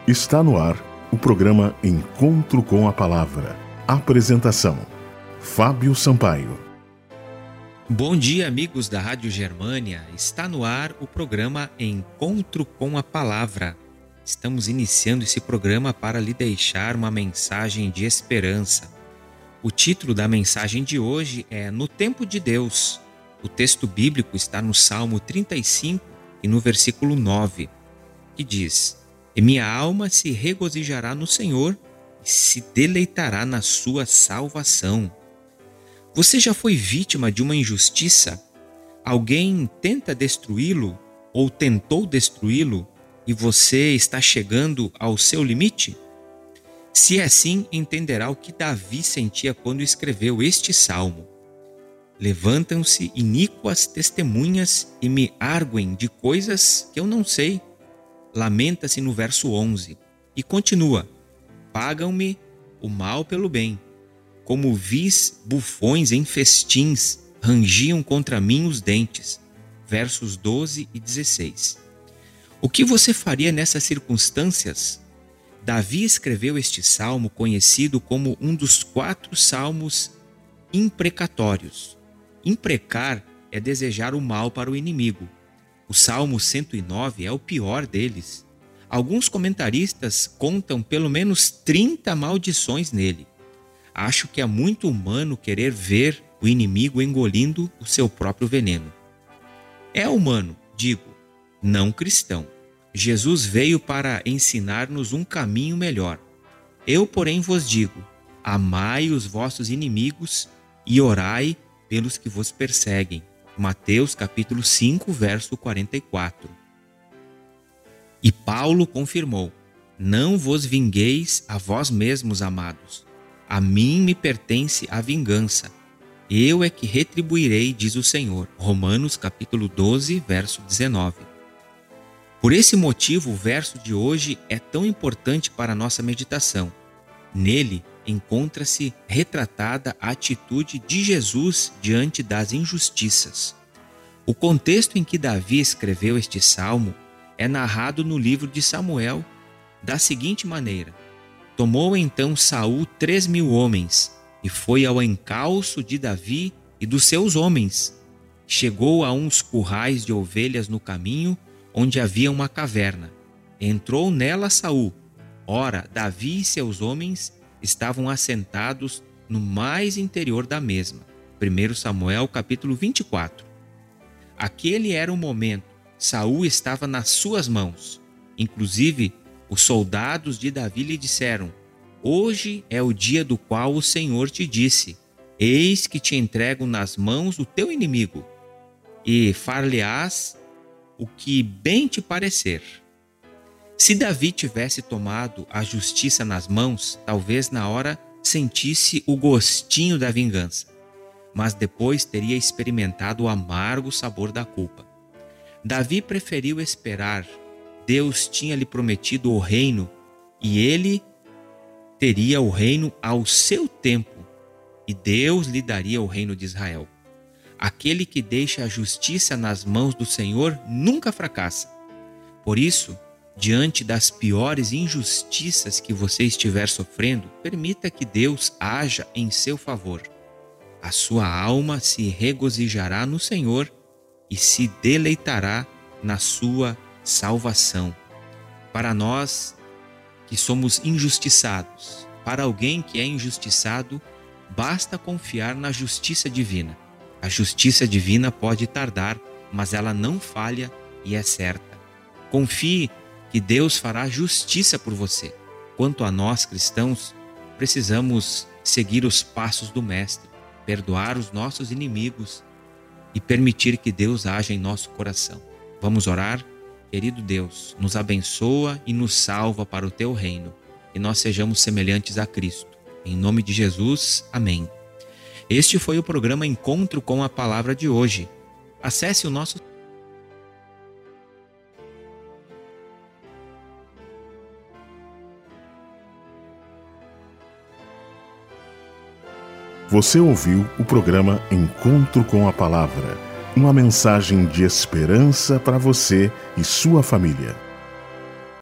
Está no ar o programa Encontro com a Palavra. Apresentação: Fábio Sampaio. Bom dia, amigos da Rádio Germânia. Está no ar o programa Encontro com a Palavra. Estamos iniciando esse programa para lhe deixar uma mensagem de esperança. O título da mensagem de hoje é No Tempo de Deus. O texto bíblico está no Salmo 35 e no versículo 9, que diz: E minha alma se regozijará no Senhor e se deleitará na sua salvação. Você já foi vítima de uma injustiça? Alguém tenta destruí-lo ou tentou destruí-lo e você está chegando ao seu limite? Se é assim, entenderá o que Davi sentia quando escreveu este salmo. Levantam-se iníquas testemunhas e me arguem de coisas que eu não sei. Lamenta-se no verso 11 e continua: Pagam-me o mal pelo bem. Como vis bufões em festins, rangiam contra mim os dentes. Versos 12 e 16. O que você faria nessas circunstâncias? Davi escreveu este salmo conhecido como um dos 4 salmos imprecatórios. Imprecar é desejar o mal para o inimigo. O Salmo 109 é o pior deles. Alguns comentaristas contam pelo menos 30 maldições nele. Acho que é muito humano querer ver o inimigo engolindo o seu próprio veneno. É humano, digo, não cristão. Jesus veio para ensinar-nos um caminho melhor. Eu, porém, vos digo: amai os vossos inimigos e orai pelos que vos perseguem. Mateus capítulo 5, verso 44. E Paulo confirmou: não vos vingueis a vós mesmos, amados. A mim me pertence a vingança. Eu é que retribuirei, diz o Senhor. Romanos capítulo 12, verso 19. Por esse motivo, o verso de hoje é tão importante para a nossa meditação. Nele encontra-se retratada a atitude de Jesus diante das injustiças. O contexto em que Davi escreveu este salmo é narrado no livro de Samuel da seguinte maneira: Tomou então Saul 3.000 homens e foi ao encalço de Davi e dos seus homens. Chegou a uns currais de ovelhas no caminho, onde havia uma caverna. Entrou nela Saul. Ora, Davi e seus homens estavam assentados no mais interior da mesma. 1 Samuel capítulo 24. Aquele era o momento. Saul estava nas suas mãos. Inclusive, os soldados de Davi lhe disseram: Hoje é o dia do qual o Senhor te disse: Eis que te entrego nas mãos o teu inimigo, e far-lhe-ás o que bem te parecer. Se Davi tivesse tomado a justiça nas mãos, talvez na hora sentisse o gostinho da vingança, mas depois teria experimentado o amargo sabor da culpa. Davi preferiu esperar. Deus tinha lhe prometido o reino e ele teria o reino ao seu tempo, e Deus lhe daria o reino de Israel. Aquele que deixa a justiça nas mãos do Senhor nunca fracassa. Por isso, diante das piores injustiças que você estiver sofrendo, permita que Deus haja em seu favor. A sua alma se regozijará no Senhor e se deleitará na sua salvação. Para nós que somos injustiçados, para alguém que é injustiçado, basta confiar na justiça divina. A justiça divina pode tardar, mas ela não falha e é certa. Confie que Deus fará justiça por você. Quanto a nós cristãos, precisamos seguir os passos do Mestre, perdoar os nossos inimigos e permitir que Deus haja em nosso coração. Vamos orar? Querido Deus, nos abençoa e nos salva para o teu reino, que nós sejamos semelhantes a Cristo. Em nome de Jesus, amém. Este foi o programa Encontro com a Palavra de hoje. Acesse o nosso... Você ouviu o programa Encontro com a Palavra, uma mensagem de esperança para você e sua família.